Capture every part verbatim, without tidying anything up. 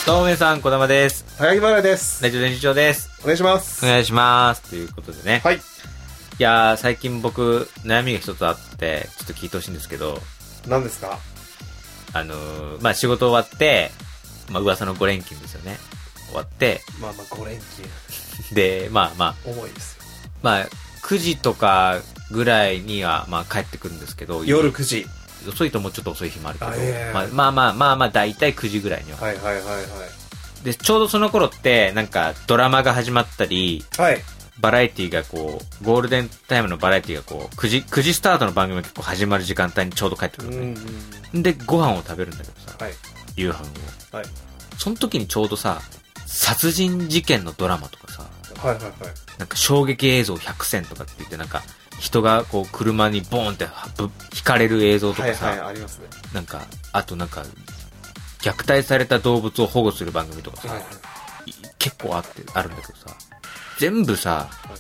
どうも皆さん、小玉です。 高木原です。 ラジオ練習長です。 お願いします。 お願いします。ということでね。 はい。 いやー、最近僕、悩みが一つあって、ちょっと聞いてほしいんですけど。 何ですか？ あのー、まあ、仕事終わって、まあ、噂のご連休ですよね。終わって。 まあまあご連休。 で、まあまあ。 重いですよ。 まあ、くじとかぐらいには、まあ、帰ってくるんですけど。 夜くじ。 遅いともうちょっと遅い日もあるけど。 あ、えー、 まあまあまあまあまあ、だいたいくじぐらいには。 はいはいはいはい。 で、ちょうどその頃って、なんか、ドラマが始まったり、 はい。 バラエティがこう、ゴールデンタイムのバラエティがこう、くじ、くじスタートの番組が結構始まる時間帯にちょうど帰ってくるのね。うんうん、で、ご飯を食べるんだけどさ、はい、夕飯を。はい。その時にちょうどさ、殺人事件のドラマとかさ、 はいはいはい。 なんか衝撃映像ひゃくせんとかって言って、なんか、人がこう、車にボーンって引かれる映像とかさ、 はいはい、ありますね。 なんか、あとなんか、虐待された動物を保護する番組とかさ、はいはい、結構あって、あるんだけどさ、全部さ、はい、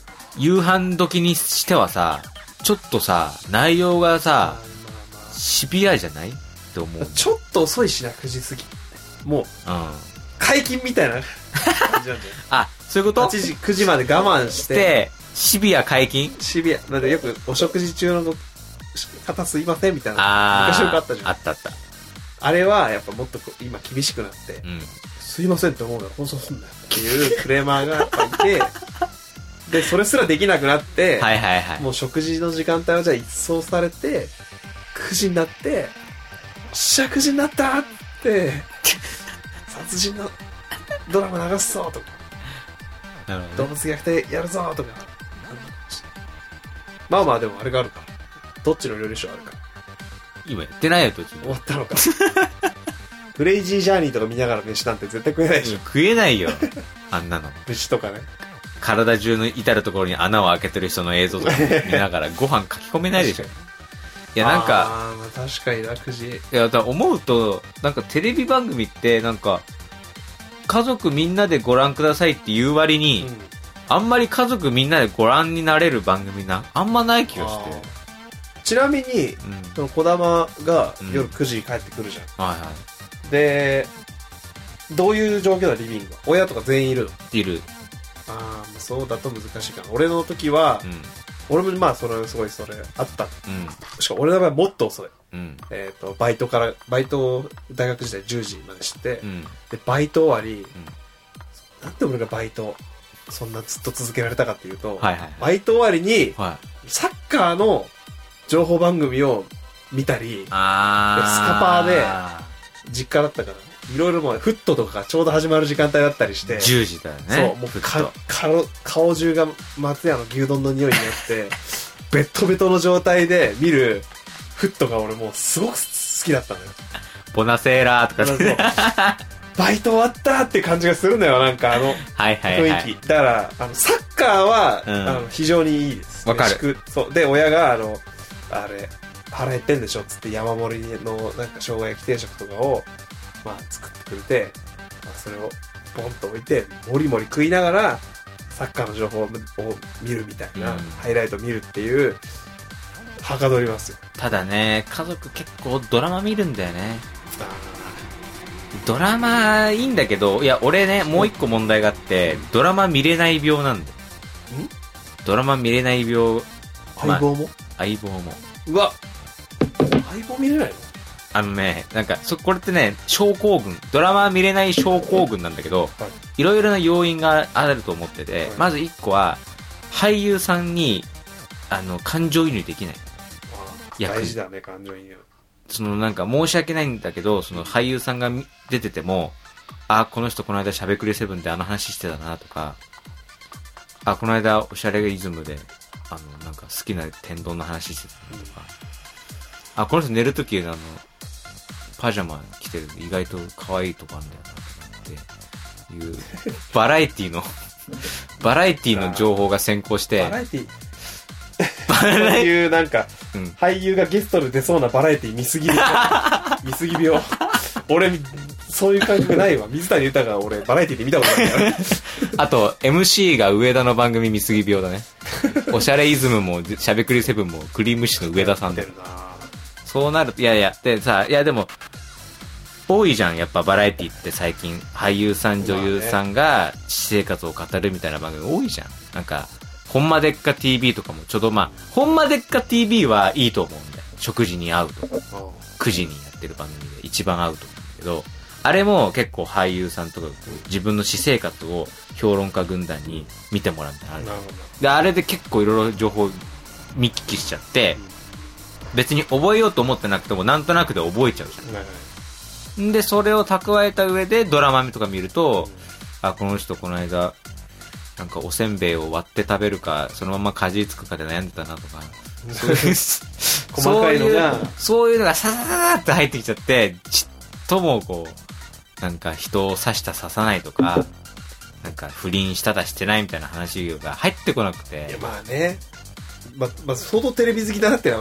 夕飯時にしてはさ、ちょっとさ、内容がさ、まあまあまあ、シビアじゃないって思う。 ちょっと遅いしな、くじ過ぎ。もう、うん、解禁みたいな感じなんだよ。 あ、そういうこと？ はちじ、くじまで我慢して、 してシビア解禁？ シビア。なんでよくお食事中の方すいませんみたいな。昔よくあったじゃん。 あったあった。 あれはやっぱもっと今厳しくなって、うん、すいませんって思うから放送すんだよっていうクレーマーがやっぱいて、でそれすらできなくなって、はいはいはい、もう食事の時間帯はじゃあ一掃されてくじになって、しゃくじになったって殺人のドラマ流すぞとか、なるほどね、動物虐待やるぞとか、まあまあでもあれがあるか、どっちの料理ショーあるか。 今やってないよ、途中終わったのか。クレイジージャーニーとか見ながら飯なんて絶対食えないでしょ。 食えないよ、あんなの。 飯とかね。 体中の至るところに穴を開けてる人の映像とか見ながらご飯書き込めないでしょ。いやなんか、 あー、まあ確かにな、くじ。 いやだから思うと、なんかテレビ番組ってなんか家族みんなでご覧くださいっていう割に、うん、あんまり家族みんなでご覧になれる番組なあんまない気がして。 ちなみに、うん、その小玉が夜くじに帰ってくるじゃん、うん、はいはい。でどういう状況だ、リビングは？親とか全員いるの？ いる。 ああ、そうだと難しいかな。俺の時は、うん、俺もまあそれすごいそれあった、うん、しかも俺の場合もっと遅い、うん、えっ、ー、とバイトからバイトを大学時代じゅうじまでして、うん、でバイト終わり、うん、なんで俺がバイトそんなずっと続けられたかっていうと、はいはいはい、バイト終わりに、はい、サッカーの情報番組を見たり、あスカパーで実家だったからいろいろもうフットとかちょうど始まる時間帯だったりして、 じゅうじだよね。 そう、もうか顔顔中が松屋の牛丼の匂いになってベットベトの状態で見るフットが俺もうすごく好きだったのよ。 ボナセーラーとかね。 バイト終わったって感じがするんだよ、なんかあのはいはいはい、 雰囲気。だからあのサッカーは、うん、あの非常にいいです。 わかる。 そうで親があのあれ腹減ってんでしょっつって山盛りのなんか生姜焼き定食とかをまあ作ってくれて、まあ、それをポンと置いてもりもり食いながらサッカーの情報を見るみたいな、うん、ハイライト見るっていうはかどりますよ。 ただね、家族結構ドラマ見るんだよね。ドラマいいんだけど、いや俺ねもう一個問題があって、ドラマ見れない病なんだよ。んドラマ見れない病。 相棒も、 まあ、相棒も。 うわ、相棒見れないの？ あのね、なんかそこれってね、症候群、ドラマ見れない症候群なんだけど、はい、いろいろな要因があると思ってて、はい、まず一個は俳優さんにあの感情移入できない。 大事だね、感情移入。 そのなんか申し訳ないんだけど、その俳優さんが出てても、あ、この人この間しゃべくりセブンであの話してたなとか、あ、この間おしゃれイズムであのなんか好きな天丼の話してたなとか、うん、あ、この人寝るときあのパジャマ着てる意外と可愛いとこあるんだよなっていうバラエティのバラエティの情報が先行して、 バラエティそういうなんか、うん、俳優がゲストで出そうなバラエティ見すぎる見すぎ病。俺そういう感覚ないわ。水谷豊が俺バラエティで見たことないからあと エムシー が上田の番組見すぎ病だね。おしゃれイズムもしゃべくりセブンもクリームシの上田さんで、そうなる。いやいやでさ、いやでも多いじゃんやっぱバラエティって最近俳優さん女優さんが私生活を語るみたいな番組多いじゃん。なんかほんまでっか ティーブイ とかもちょうどまあほんまでっか ティーブイ はいいと思うんだよ。食事に合うとくじにやってる番組で一番合うと思うんだけど、あれも結構俳優さんとか自分の私生活を評論家軍団に見てもらうみたいなのある。なるほど。であれで結構いろいろ情報見聞きしちゃって、うん、別に覚えようと思ってなくてもなんとなくで覚えちゃうじゃん。はいはい、でそれを蓄えた上でドラマとか見ると、うん、あこの人この間なんかおせんべいを割って食べるかそのままかじりつくかで悩んでたなとかそういう細かいのがそういうのがササササって入ってきちゃってちっともこうなんか人を刺した刺さないとかなんか不倫しただしてないみたいな話が入ってこなくて。 いやまあねまま相当テレビ好きだなって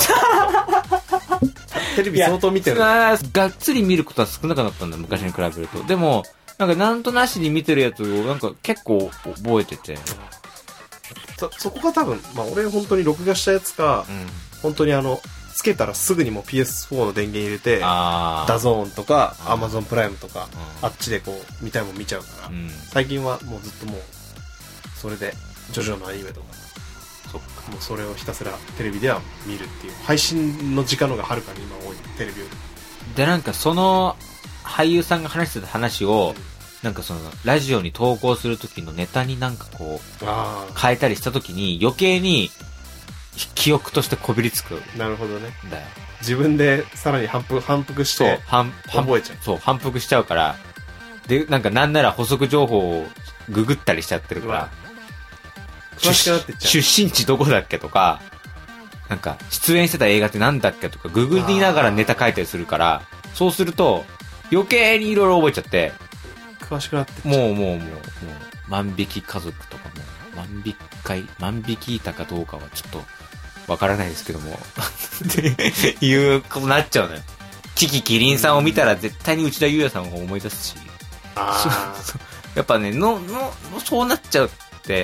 テレビ相当見てる。 がっつり見ることは少なくなったんだ昔に比べると。でもなんかなんとなしに見てるやつをなんか結構覚えてて、 そ, そこが多分、まあ、俺本当に録画したやつか、うん、本当にあのつけたらすぐにもう ピーエスフォー の電源入れてダゾーンとか Amazon プライムとか、うん、あっちでこう見たいもん見ちゃうから、うん、最近はもうずっともうそれでジョジョのアニメとかそっかもうそれをひたすらテレビでは見るっていう配信の時間の方がはるかに今多いテレビよりで。なんかその俳優さんが話してた話を、うん、なんかそのラジオに投稿する時のネタになんかこう変えたりした時に余計に記憶としてこびりつく。 なるほどね。だよ。自分でさらに反復反復して反覚えちゃう。 そう反復しちゃうからでなんかなんなら補足情報をググったりしちゃってるから詳しくなってっちゃう。 出身地どこだっけとかなんか出演してた映画ってなんだっけとかググりながらネタ書いたりするからそうすると余計にいろいろ覚えちゃって詳しくなってっちゃう。 もうもうもうもう万引き家族とかも万引き会万引きいたかどうかはちょっとわからないですけどもっていうことになっちゃうのよ。キキキリンさんを見たら絶対に内田裕也さんを思い出すし、 あやっぱねののそうなっちゃうって。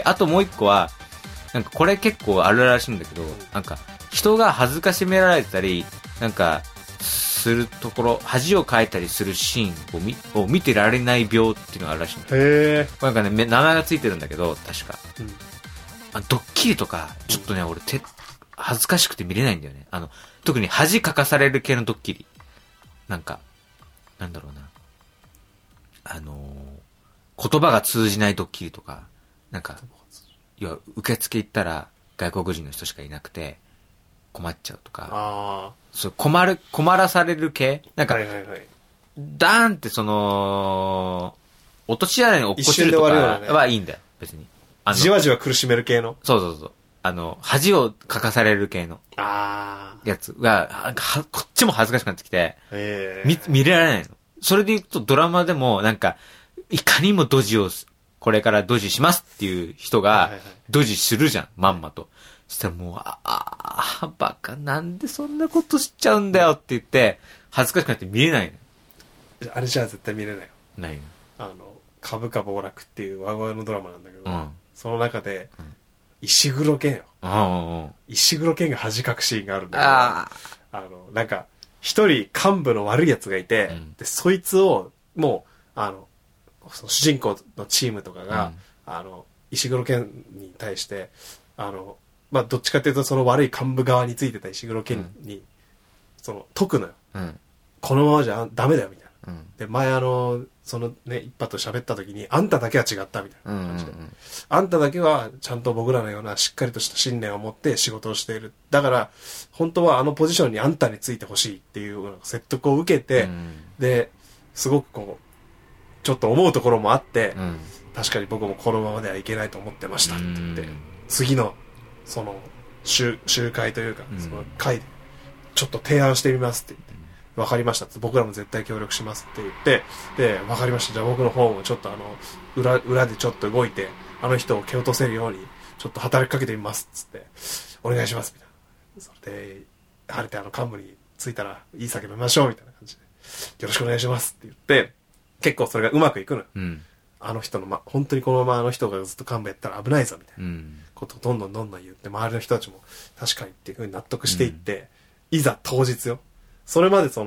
あともう一個はなんかこれ結構あるらしいんだけど、なんか人が恥ずかしめられたりなんかするところ恥をかいたりするシーンを 見, を見てられない病っていうのがあるらしいんだよ。 へー。なんかね名前がついてるんだけど確か、うん、あドッキリとかちょっとね、うん、俺て恥ずかしくて見れないんだよね。あの特に恥かかされる系のドッキリなんかなんだろうなあのー、言葉が通じないドッキリとかなんかいや受付行ったら外国人の人しかいなくて困っちゃうとかあそう困る困らされる系なんか、 はいはいはい、 ダーンってその落とし穴に落っこちるとかはいいんだよ別に。 あのじわじわ苦しめる系のそうそうそうあの恥をかかされる系のやつがはこっちも恥ずかしくなってきて見見れられないの。それで言うとドラマでもなんかいかにもドジをこれからドジしますっていう人がドジするじゃんまんまと。そしたらもうああバカなんでそんなことしちゃうんだよって言って恥ずかしくなって見れないの。あれじゃあ絶対見れないよ。 ないの。 あの株価暴落っていうワウワウのドラマなんだけど、 うん、 その中で、うん、石黒賢よ、 うんうん、 石黒賢が恥かくシーンがあるんだけど、 ああのなんか一人幹部の悪いやつがいて、うん、でそいつをもうあのその主人公のチームとかが、うん、あの石黒賢に対してあのまあどっちかというとその悪い幹部側についてた石黒賢に、うん、その解くのよ、 うん、 このままじゃダメだよみたいな、 うん、 で前あのそのね一派と喋った時にあんただけは違ったみたいな感じで、うんうんうん、あんただけはちゃんと僕らのようなしっかりとした信念を持って仕事をしている、だから本当はあのポジションにあんたについてほしいっていう説得を受けて、うん、ですごくこうちょっと思うところもあって、うん、確かに僕もこのままではいけないと思ってましたって言って、うん、次のその 集, 集会というか、うん、その会でちょっと提案してみますって言って、分かりましたって僕らも絶対協力しますって言って、で分かりましたじゃあ僕の方もちょっとあの 裏, 裏でちょっと動いてあの人を蹴落とせるようにちょっと働きかけてみますっつってお願いしますみたいな、それで晴れてあの幹部に着いたらいい酒飲みましょうみたいな感じでよろしくお願いしますって言って結構それがうまくいくのよ、 うん、 あの人の、ま、本当にこのままあの人がずっと幹部やったら危ないぞみたいなうんことをどんどんどんどん言って周りの人たちも確かにっていう風に納得していって、うん、いざ当日よそれまでその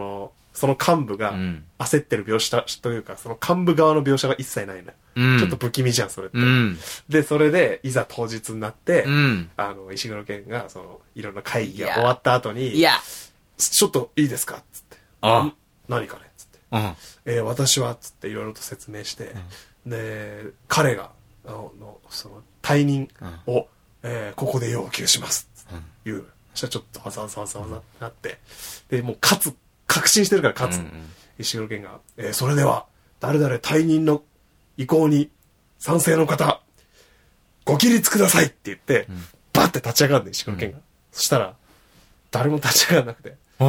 その幹部が焦ってる描写というか、その幹部側の描写が一切ないの、うん、ちょっと不気味じゃんそれって、うん、でそれでいざ当日になって、うん、あの石黒賢がそのいろんな会議が終わった後にいやちょっといいですかっつって、あ何かねっつって、うん、えー、私はっつっていろいろと説明して、うん、で彼があのその退任を、うん、えー、ここで要求しますっていう、うん、そしたらちょっとわざわざわざわざってなって、でもう勝つ確信してるから勝つ、うんうん、石黒賢が、えー、それでは誰々退任の意向に賛成の方ご起立くださいって言って、うん、バッて立ち上がるんで石黒賢が、うん、そしたら誰も立ち上がらなくて、うん、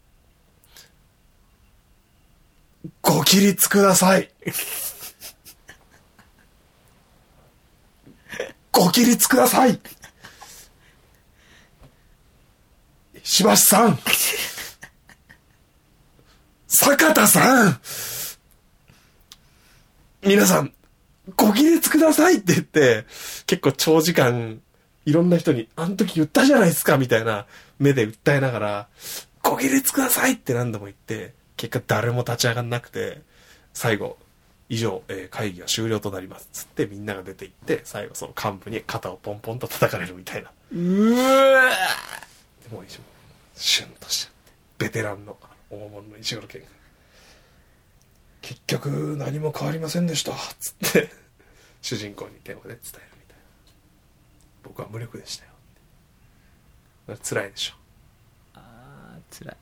ご起立くださいご起立ください石橋さん坂田さん皆さんご起立くださいって言って結構長時間いろんな人にあの時言ったじゃないですかみたいな目で訴えながらご起立くださいって何度も言って結果誰も立ち上がんなくて最後以上、えー、会議は終了となりますつってみんなが出て行って最後その幹部に肩をポンポンと叩かれるみたいなうわでもシュンとしちゃってベテランの大物の石黒賢が結局何も変わりませんでしたつって主人公に電話で伝えるみたいな僕は無力でしたよ辛いでしょあー辛い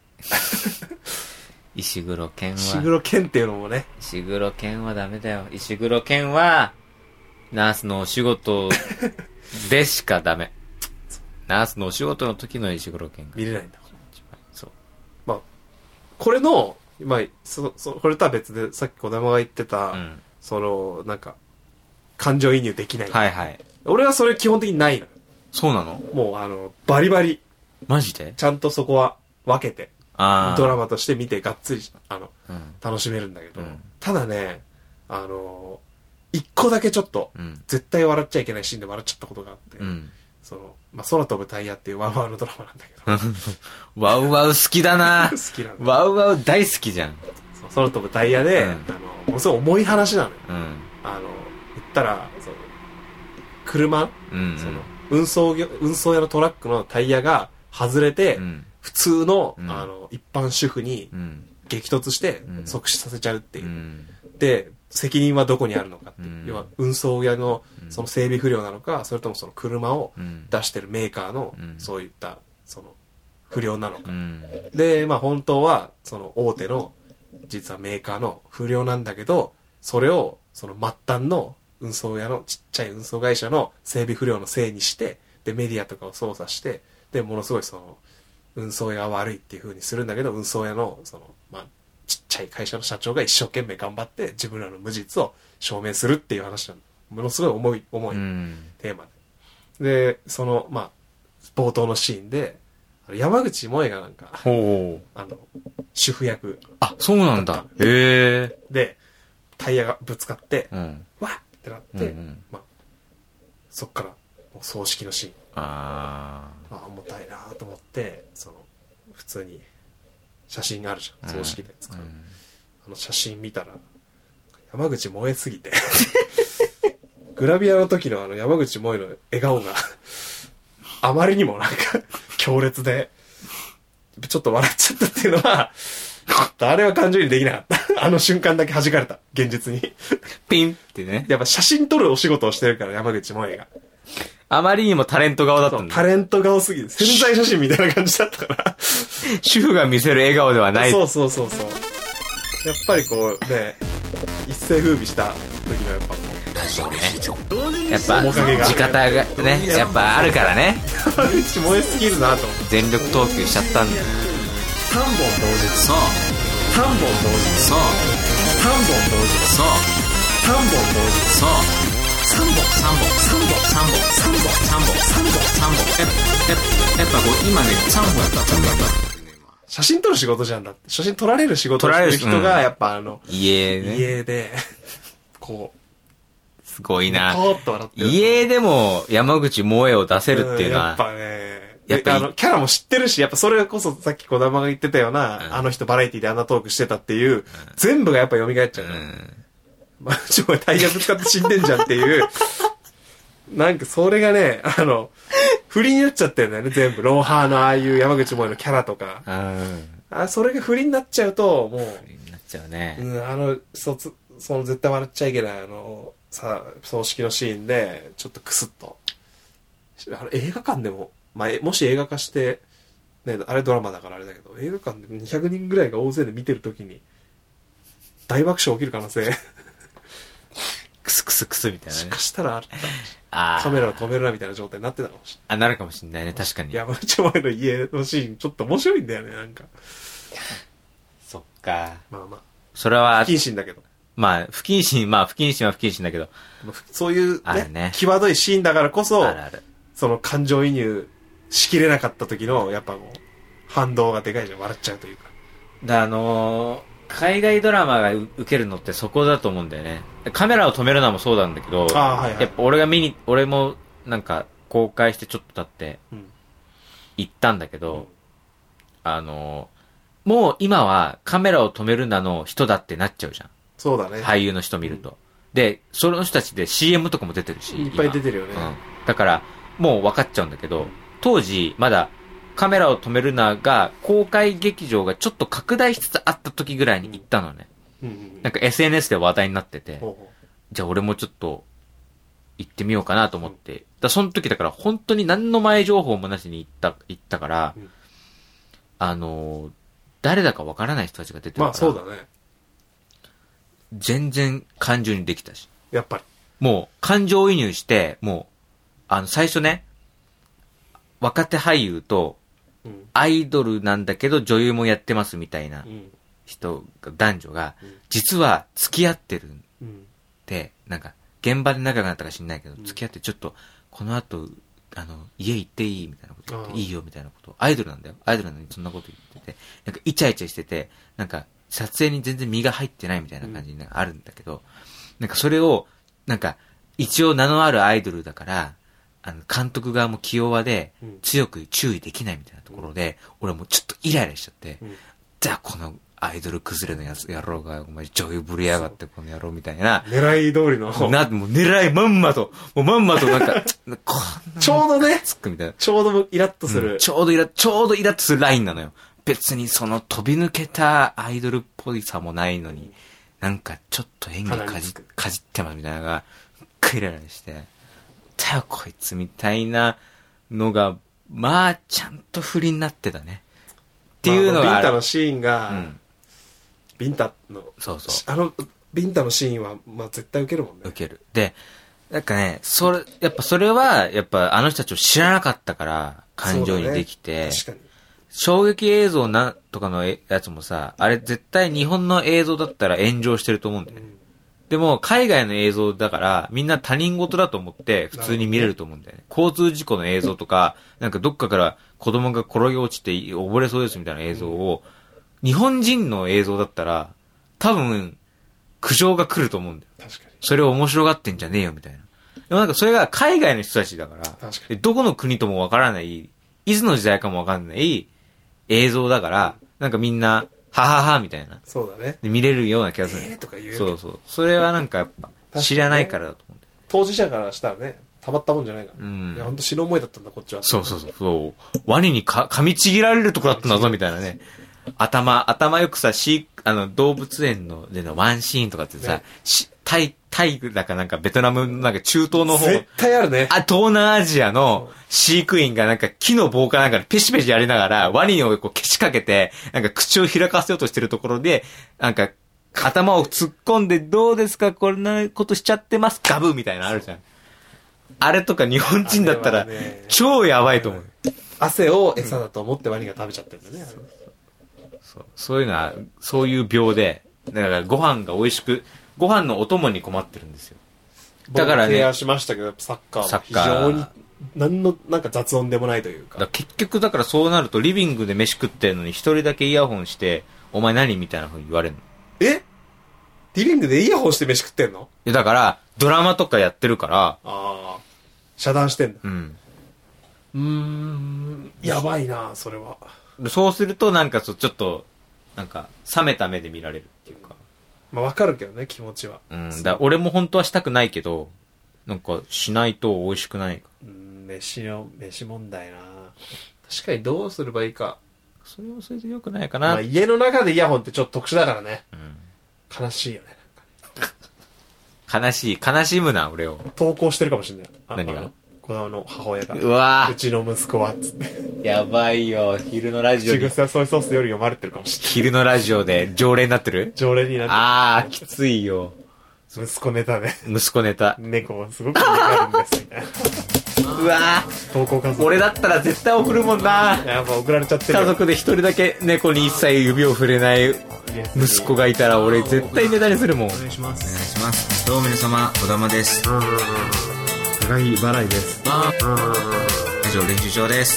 石黒賢は石黒賢っていうのもね石黒賢はダメだよ石黒賢はナースのお仕事でしかダメナースのお仕事の時の石黒賢が見れないんだそうまあこれのまあそそこれとは別でさっき児玉が言ってた、うん、そのなんか感情移入できないはいはい俺はそれ基本的にないのそうなのもうあのバリバリマジでちゃんとそこは分けてドラマとして見てがっつりあの、うん、楽しめるんだけど、うん、ただねあの一個だけちょっと、うん、絶対笑っちゃいけないシーンで笑っちゃったことがあって、うん、そのまあ、空飛ぶタイヤっていうワウワウのドラマなんだけどワウワウ好きだな好きなんだワウワウ大好きじゃん空飛ぶタイヤで、うん、あのものすごい重い話なのよ、うん、あの言ったらその車、うんうん、その運送業運送屋のトラックのタイヤが外れて、うん、普通の、うん、あの一般主婦に激突して即死させちゃうっていう、うん、で責任はどこにあるのかっていう、うん、要は運送屋のその整備不良なのか、それともその車を出してるメーカーのそういったその不良なのか、うん、でまあ本当はその大手の実はメーカーの不良なんだけどそれをその末端の運送屋のちっちゃい運送会社の整備不良のせいにしてでメディアとかを操作してでものすごいその運送屋が悪いっていう風にするんだけど運送屋のそのまあちっちゃい会社の社長が一生懸命頑張って自分らの無実を証明するっていう話なの。ものすごい重い重いテーマで、でそのまあ冒頭のシーンで山口萌がなんかあの主婦役あそうなんだへえでタイヤがぶつかって、うん、わっってなって、うんうんまあ、そっからもう葬式のシーンああ重たいなと思ってその普通に写真あるじゃん葬式で使う、うん、あの写真見たら山口燃えすぎてグラビアの時のあの山口萌の笑顔があまりにもなんか強烈でちょっと笑っちゃったっていうのはあれは感情にできなかったあの瞬間だけ弾かれた現実にピンってねやっぱ写真撮るお仕事をしてるから山口萌があまりにもタレント顔だったんだタレント顔すぎて潜在写真みたいな感じだったから主婦が見せる笑顔ではないそうそうそうそうやっぱりこうね一世風靡した時のやっぱそうねやっぱ地方がねやっぱあるからね山口燃えすぎるなと全力投球しちゃったんだよさんぼん同時そうさんぼん同時そうさんぼん同時そうさんぼん同時そうさんぼんさんぼんさんぼんさんぼんさんぼんさんぼんさんぼんさんぼんやっぱこう今ねさんぼんやったさんぼんやった写真撮る仕事じゃんだって写真撮られる仕事をしてる人がやっぱあの家ね家でこうすごいなポーッと笑ってる家でも山口萌えを出せるっていうのはやっぱねやっぱあの、キャラも知ってるし、やっぱそれこそさっき小玉が言ってたような、うん、あの人バラエティであんなトークしてたっていう、うん、全部がやっぱ蘇っちゃう。うん。まあ、ちょ、タイヤぶつかって死んでんじゃんっていう、なんかそれがね、あの、振りになっちゃってるんだよね、全部。ロンハーのああいう山口萌えのキャラとか。うん。あ、それが振りになっちゃうと、もう。振りになっちゃうね。 うん、あの、そ、その絶対笑っちゃいけない、あの、さ、葬式のシーンで、ちょっとクスッと。あの映画館でも、まあ、もし映画化して、ね、あれドラマだからあれだけど、映画館でにひゃくにんぐらいが大勢で見てるときに、大爆笑起きる可能性。 クスクスクスみたいなね。 もしかしたらあった。あカメラを止めるなみたいな状態になってたかもしれない。 あ、なるかもしれないね、確かに。 山口萌えの家のシーン、ちょっと面白いんだよね、なんか。 そっか。 まあまあ。 それは、 不謹慎だけど。 まあ、不謹慎、まあ、不謹慎は不謹慎だけど。 そういう、ね、ね、際どいシーンだからこそ、あるあるその感情移入しきれなかった時の、やっぱもう、反動がでかいじゃん、笑っちゃうというか。 だあのー、海外ドラマが受けるのってそこだと思うんだよね。カメラを止めるのもそうなんだけど、あ、はいはい、やっぱ俺が見に、俺もなんか公開してちょっと経って、行ったんだけど、うん、あのー、もう今はカメラを止めるなの人だってなっちゃうじゃん。 そうだね。 俳優の人見ると。うん、で、その人たちで シーエム とかも出てるし。 いっぱい出てるよね。 うん。だから、もう分かっちゃうんだけど、当時、まだ、カメラを止めるなが、公開劇場がちょっと拡大しつつあった時ぐらいに行ったのね。うんうんうん、なんか エスエヌエス で話題になってて、ほうほうじゃあ俺もちょっと、行ってみようかなと思って。うん、だその時だから本当に何の前情報もなしに行った、行ったから、うん、あのー、誰だか分からない人たちが出てるから。まあそうだね。 全然感情にできたし。 やっぱり。 もう感情移入して、もう、あの最初ね、若手俳優と、アイドルなんだけど女優もやってますみたいな人が、男女が、実は付き合ってるんで、なんか、現場で仲良くなったか知んないけど、付き合ってちょっと、この後、あの、家行っていいみたいなこと言って、いいよみたいなこと。アイドルなんだよ。アイドルなのにそんなこと言ってて、なんかイチャイチャしてて、なんか、撮影に全然身が入ってないみたいな感じにあるんだけど、なんかそれを、なんか、一応名のあるアイドルだから、あの、監督側も気弱で、強く注意できないみたいなところで、うん、俺もうちょっとイライラしちゃって、うん、じゃあこのアイドル崩れのやつ、野郎が、お前女優ぶりやがって、この野郎みたいな。 狙い通りの。 な、もう狙いまんまと、もうまんまとなんか、 こんちょうどね、 つくみたいな。 ちょうどイラッとする、 うん。ちょうどイラ、ちょうどイラッとするラインなのよ。別にその飛び抜けたアイドルっぽいさもないのに、なんかちょっと演技かじ、かじってますみたいなのが、クイライラして、だよこいつみたいなのが、まあちゃんと不利になってたね。っていうのが、まあ、 ビンタのシーンが、うん、ビンタの、 そうそう。 あの、ビンタのシーンは、まあ絶対受けるもんね。 受ける。で、なんかね、それ、やっぱそれは、やっぱあの人たちを知らなかったから、感情にできて、ね、確かに。衝撃映像なんとかのやつもさ、あれ絶対日本の映像だったら炎上してると思うんだよね。うん、でも海外の映像だからみんな他人事だと思って普通に見れると思うんだよね。交通事故の映像とか、なんかどっかから子供が転げ落ちて溺れそうですみたいな映像を、うん、日本人の映像だったら多分苦情が来ると思うんだよ。確かに。それを面白がってんじゃねえよみたいな。でもなんかそれが海外の人たちだから、確かに。どこの国ともわからない、いつの時代かもわかんない映像だから、なんかみんな、はははみたいな。 そうだね。 で見れるような気がする。 えーとか言う。 そうそう。それはなんかやっぱ、知らないからだと思う、ね。 当事者からしたらね、たまったもんじゃないから。うん。いや、ほんと死ぬ思いだったんだ、こっちは。 そうそうそう。そう。ワニにか噛みちぎられるとこだったんだぞ、みたいなね。頭、頭よくさ、シー、あの、動物園のでのワンシーンとかってさ、ね、タイ、タイだかなんかベトナムのなんか中東の方。 絶対あるね。 あ、東南アジアの飼育員がなんか木の棒かなんかでペシペシやりながら、ワニをこう消しかけて、なんか口を開かせようとしてるところで、なんか頭を突っ込んでどうですかこんなことしちゃってますガブみたいなのあるじゃん。あれとか日本人だったら超やばいと思う。 汗を餌だと思ってワニが食べちゃってるんだね。 そう、そういうのは、そういう病で、だからご飯が美味しく、ご飯のお供に困ってるんですよ。だからね。 提案しましたけど、サッカーは非常に、何の、なんか雑音でもないというか。 だから結局だからそうなると、リビングで飯食ってるのに一人だけイヤホンして、お前何みたいな風に言われるの。 えリビングでイヤホンして飯食ってんの？ いやだから、ドラマとかやってるから。ああ。遮断してんだ。 うん。 うーん、やばいな、それは。 そうするとなんかそう、ちょっと、なんか、冷めた目で見られるっていうか。 まあわかるけどね、気持ちは。 うん。だ俺も本当はしたくないけど、なんか、しないと美味しくない。 うん、飯の、飯問題な。確かにどうすればいいか。 それはそれで良くないかな。まあ、 家の中でイヤホンってちょっと特殊だからね。うん。悲しいよね。 悲しい。悲しむな、俺を。 投稿してるかもしれない。 何が子供の母親が。 うわうちの息子は、つって。 やばいよ。昼のラジオで。口癖はソイソースより読まれてるかもしれない。 昼のラジオで常連になってる常連になってる。 ああ、きついよ。 息子ネタね。 息子ネタ。 猫はすごく嫌がるんです、みたいな。 うわぁ。投稿家族。 俺だったら絶対送るもんな。 やっぱ送られちゃってる。 家族で一人だけ猫に一切指を触れない息子がいたら俺絶対ネタにするもん。お願いします。 お願いします。どうも皆様、小玉です。 高木払いです。 ラジオ練習場です。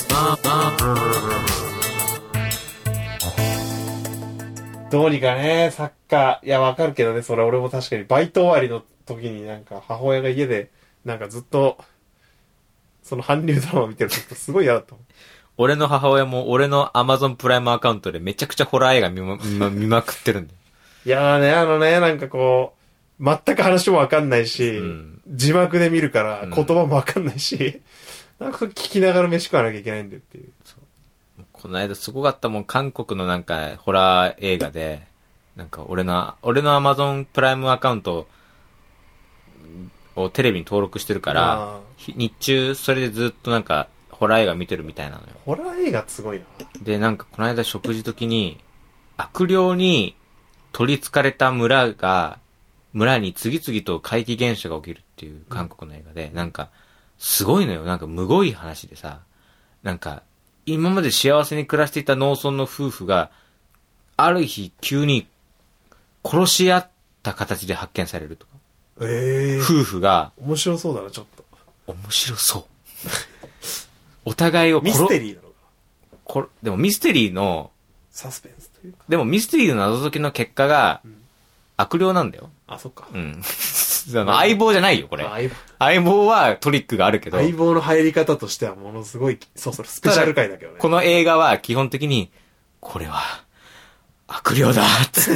どうにかね、サッカー。いや、わかるけどね、それ俺も確かにバイト終わりの時になんか母親が家でなんかずっとその韓流ドラマ見てるとすごい嫌だったもん。 俺の母親も俺の Amazon プライムアカウントでめちゃくちゃホラー映画見ま、見ま、見まくってるんだよ。 いやーね、あのね、なんかこう、全く話もわかんないし、うん、字幕で見るから言葉もわかんないし、うん、なんか聞きながら飯食わなきゃいけないんだよっていう。 そうこの間すごかったもん、韓国のなんかホラー映画で、なんか俺の、俺の Amazon プライムアカウントをテレビに登録してるから、日中それでずっとなんかホラー映画見てるみたいなのよ。 ホラー映画すごいな。 で、なんかこの間食事時に、悪霊に取り憑かれた村が、村に次々と怪奇現象が起きるっていう韓国の映画で、うん、なんか、すごいのよ。なんかむごい話でさ、なんか、今まで幸せに暮らしていた農村の夫婦が、ある日急に殺し合った形で発見されるとか。 えー、 夫婦が。 面白そうだな、ちょっと。 面白そう。お互いをミステリーだろうこでもミステリーの、 サスペンスというか。 でもミステリーの謎解きの結果が、うん、悪霊なんだよ。 あ、そっか。 うん。相棒じゃないよ、これ。 相棒。 相棒はトリックがあるけど。 相棒の入り方としてはものすごい、そうそう、スペシャル回だけどね。 この映画は基本的に、これは、悪霊だっつって、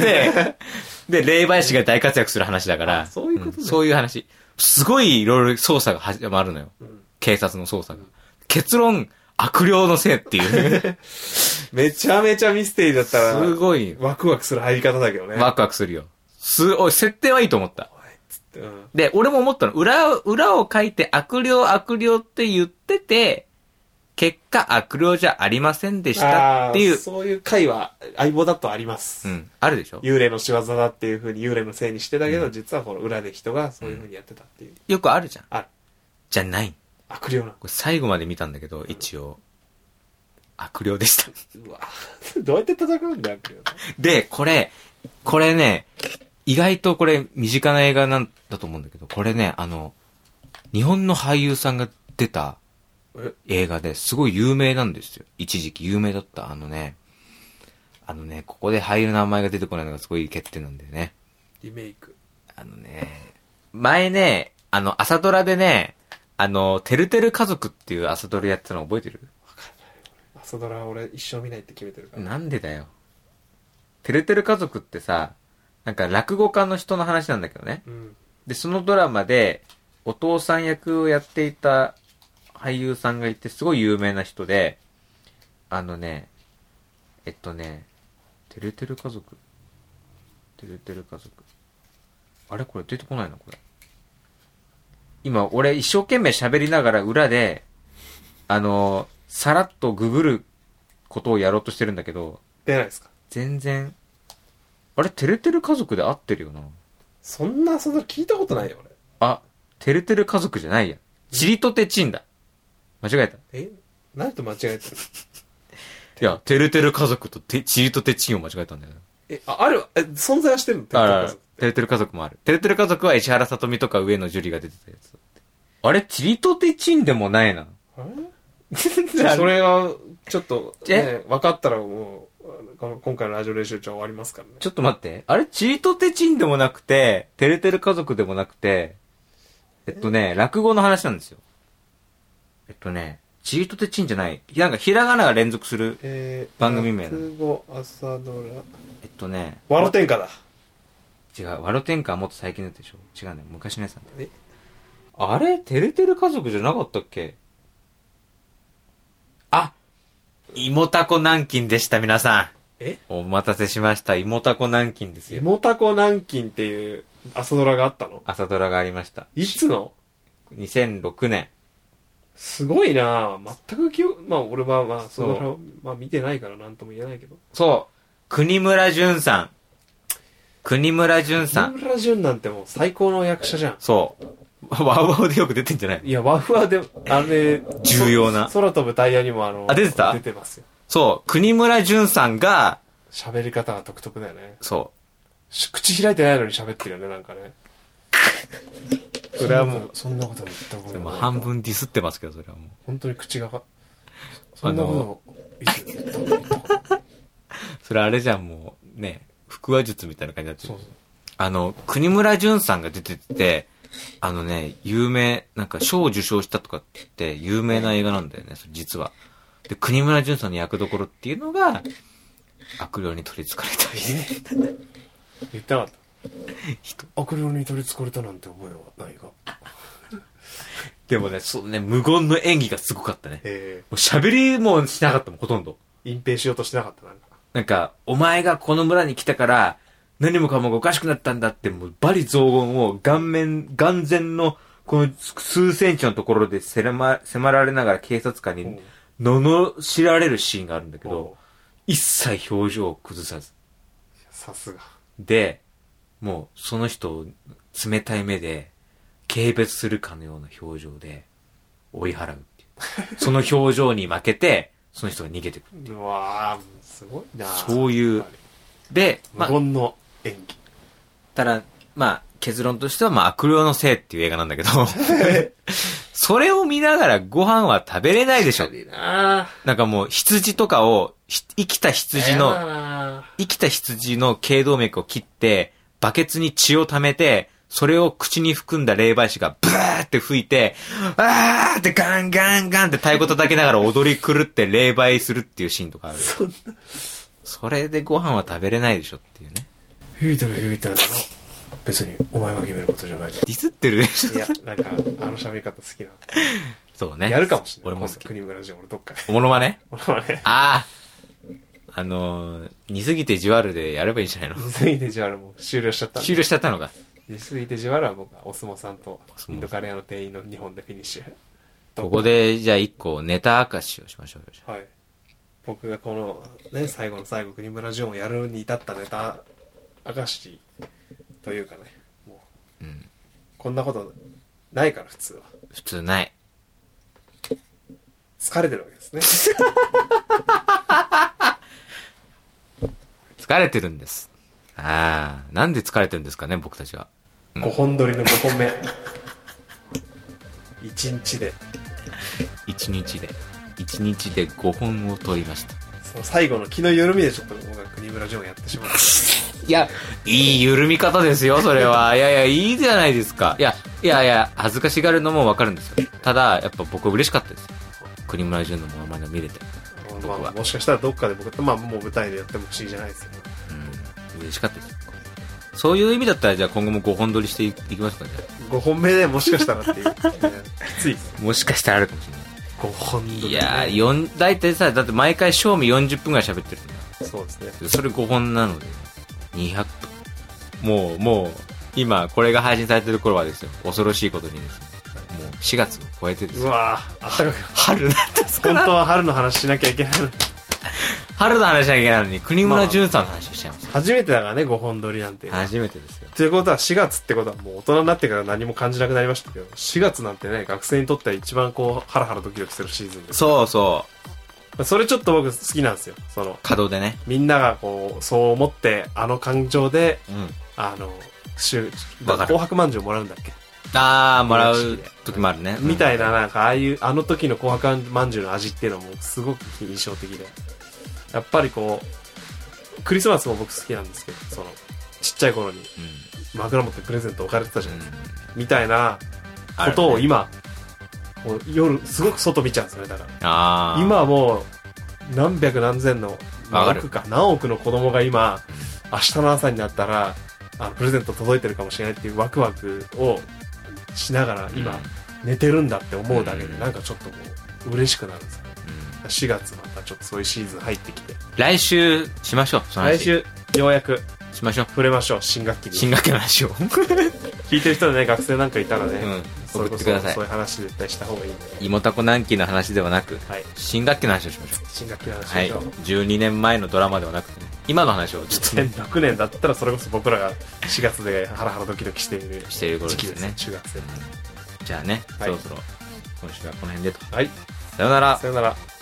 で、霊媒師が大活躍する話だから、 そういうことね、 うん、そういう話。すごいいろいろ捜査が始まるのよ。うん、警察の捜査が。うん、結論、悪霊のせいっていう。 めちゃめちゃミステリーだったら、 すごい。 ワクワクする入り方だけどね。 ワクワクするよ。すごい、設定はいいと思った。うん、で、俺も思ったの。裏、裏を書いて悪霊悪霊って言ってて、結果悪霊じゃありませんでしたっていう。 そういう回は相棒だとあります。 うん。あるでしょ。 幽霊の仕業だっていう風に幽霊のせいにしてたけど、うん、実はこの裏で人がそういう風にやってたっていう。 よくあるじゃん。 ある。 じゃない。 悪霊なの。 これ最後まで見たんだけど、一応。悪霊でした。 うわどうやって戦うんだよ、悪霊。 で、これ、これね、意外とこれ身近な映画なんだと思うんだけど、これね、あの、日本の俳優さんが出た映画ですごい有名なんですよ。一時期有名だった。あのね、あのね、ここで俳優の名前が出てこないのがすごい欠点なんだよね。 リメイク。 あのね、前ね、あの、朝ドラでね、あの、てるてる家族っていう朝ドラやってたの覚えてる？ わかんない。朝ドラ俺一生見ないって決めてるから。 なんでだよ。てるてる家族ってさ、なんか落語家の人の話なんだけどね。うん、で、そのドラマでお父さん役をやっていた俳優さんがいて、すごい有名な人で、あのね、えっとね、てるてる家族。てるてる家族。あれこれ出てこないな、これ。今、俺一生懸命喋りながら裏で、あの、さらっとググることをやろうとしてるんだけど、 出ないですか？ 全然、あれ、てるてる家族で合ってるよな。 そんな朝ドラ聞いたことないよ、俺。 あ、てるてる家族じゃないや。ちりとてちんだ。間違えた。 え？何と間違えてる？ いや、てるてる家族とてちりとてちんを間違えたんだよ。 え、あ、ある、え、存在はしてるの？てるてる家族。 てるてる家族もある。てるてる家族は石原さとみとか上野樹里が出てたやつ。あれ、ちりとてちんでもないな。 それは、ちょっと、ね、分かったらもう、今回のラジオ練習長終わりますからね。 ちょっと待って。あれ、ちりとてちんでもなくて、てるてる家族でもなくて、えっとね、落語の話なんですよ。えっとね、 チートでチンじゃない。なんかひらがなが連続する番組名なの。 落語朝ドラ。 えっとね。 ワロ天下だ。 違う。ワロ天下はもっと最近のやつでしょ。違うね。昔のやつなんだ。えあれてるてる家族じゃなかったっけ？あ芋たこ南京でした、皆さん。 えお待たせしました。芋たこ南京ですよ。 芋たこ南京っていう朝ドラがあったの？ 朝ドラがありました。 いつの？ にせんろくねん。 すごいなぁ。全く記憶、まあ俺はまあその、まあ見てないからなんとも言えないけど。 そう。国村淳さん。国村淳さん。 国村淳なんてもう最高の役者じゃん。 そう。ワウワウでよく出てんじゃない？ いや、ワウワウで、あれ、 重要な。 空飛ぶタイヤにもあの、 あ、出てた？ 出てますよ。 そう。国村淳さんが、 喋り方が独特だよね。 そう。 口開いてないのに喋ってるよね、なんかね。それはもう、そんなこと言ったことない。 でも半分ディスってますけど、それはもう。 本当に口が、そんなこと言ったそれあれじゃん、もう、ね、腹話術みたいな感じになってる。そうそう。あの、国村淳さんが出てて、あのね、有名、なんか賞を受賞したとかって言って、有名な映画なんだよね、実は。で、国村淳さんの役どころっていうのが、悪霊に取り憑かれた。 言ってなかった。悪霊に取り憑かれたなんて覚えはないが。 でもね、そうね、無言の演技がすごかったね。えー、もう喋りもしなかったもん、ほとんど。 隠蔽しようとしてなかった、なんか。 なんか、お前がこの村に来たから、何もかもがおかしくなったんだって、もうバリ雑言を顔面、眼前のこの数センチのところで迫られながら警察官に罵られるシーンがあるんだけど、一切表情を崩さず。 さすが。 で、もうその人を冷たい目で軽蔑するかのような表情で追い払うっていう。その表情に負けて、その人が逃げてくるっていう。 うわー、すごいな。 そういう。で、 無言の演技。 ただ、まあ、結論としては、まあ、悪霊のせいっていう映画なんだけど、それを見ながらご飯は食べれないでしょ。なんかもう、羊とかを、生きた羊の、生きた羊の頸動脈を切って、バケツに血を溜めて、それを口に含んだ霊媒師がブーって吹いて、あーってガンガンガンって太鼓叩きながら踊り狂って霊媒するっていうシーンとかある。そんな。それでご飯は食べれないでしょっていうね。 吹いたら吹いたら別にお前が決めることじゃない。ディスってるでしょ。 いや、なんか、あの喋り方好きな。 そうね。 やるかもしれない。 俺も好き。 国村淳、俺どっかで。 おものまねおものまね。 ああ。あのー、煮すぎてじわるでやればいいんじゃないの？ 煮すぎてじわるもう終了しちゃった。 終了しちゃったのか。 煮すぎてじわるは僕はお相撲さんとインドカレーの店員の日本でフィニッシュ。 ここで、じゃあ一個ネタ明かしをしましょうよ。 はい。僕がこのね、最後の最後、国村淳をやるに至ったネタ明かしというかね、もう、うん、こんなことないから、普通は。 普通ない。 疲れてるわけですね。 疲れてるんです。ああ、なんで疲れてるんですかね、僕たちは。 うん、ごほん撮りのごほんめ。いちにちで。 いちにちで。いちにちでごほんを撮りました。 その最後の気の緩みでちょっと僕が国村淳をやってしまった。 いや、いい緩み方ですよ、それは。いやいや、いいじゃないですか。いや、いやいや、恥ずかしがるのもわかるんですよ。ただ、やっぱ僕嬉しかったですよ。国村淳のモノマネが見れて。 まあ、もしかしたらどっかで僕と、まあもう舞台でやっても不思議じゃないですよね。 うん、嬉しかったです。そういう意味だったら、じゃあ今後もごほん撮りしていきますか、じゃあ。ごほんめでもしかしたらっていう。きつい。 もしかしたらあるかもしれない。 ごほん撮り、ね。 いやー、よん、だいたいさ、だって毎回賞味よんじゅっぷんぐらい喋ってるんだ。 そうですね。 それごほんなので、にひゃっぷん。もう、もう、今、これが配信されてる頃はですよ、恐ろしいことにですね、もうしがつを超えてですよ。 うわぁ、あったかく。 春なんですか？ 本当は春の話しなきゃいけないのに。 春の話しなきゃいけないのに、国村淳さんの話をしちゃいます。 初めてだからね、ごほん撮りなんて。 初めてですよ。 ということはしがつってことはもう大人になってから何も感じなくなりましたけど、しがつなんてね、学生にとっては一番こう、ハラハラドキドキするシーズンです。 そうそう。 それちょっと僕好きなんですよ。その、 稼働でね。 みんながこう、そう思って、あの感情で、うん、あの、紅白まんじゅうもらうんだっけ？ あー、もらう時もあるね。 みたいな、なんか、ああいう、あの時の紅白まんじゅうの味っていうのもすごく印象的で。やっぱりこう、クリスマスも僕好きなんですけど、その、ちっちゃい頃に、枕元でプレゼント置かれてたじゃないですか。うん、みたいなことを今、 もう夜すごく外見ちゃうんですよね。だからあ今はもう何百何千の何億か何億の子供が今明日の朝になったらあのプレゼント届いてるかもしれないっていうワクワクをしながら今、うん、寝てるんだって思うだけで、うん、なんかちょっともう嬉しくなるんですよ、うん、しがつまたちょっとそういうシーズン入ってきて来週しましょう。その来週ようやくしましょう。 触れましょう。新学期に新学期の話を聞いてる人でね、学生なんかいたらね、うん、 送ってください。 そういう話絶対した方がいいんで。 芋たこ南紀の話ではなく、はい、新学期の話をしましょう。 新学期の話をしましょう。 はい、じゅうにねんまえのドラマではなくてね、今の話をちょっと、ね、 にせんろくねんだったらそれこそ僕らがしがつでハラハラドキドキしているしている頃ですね。 中学生。 じゃあね、はい、そろそろ今週はこの辺でと。 はい。 さよなら。 さよなら。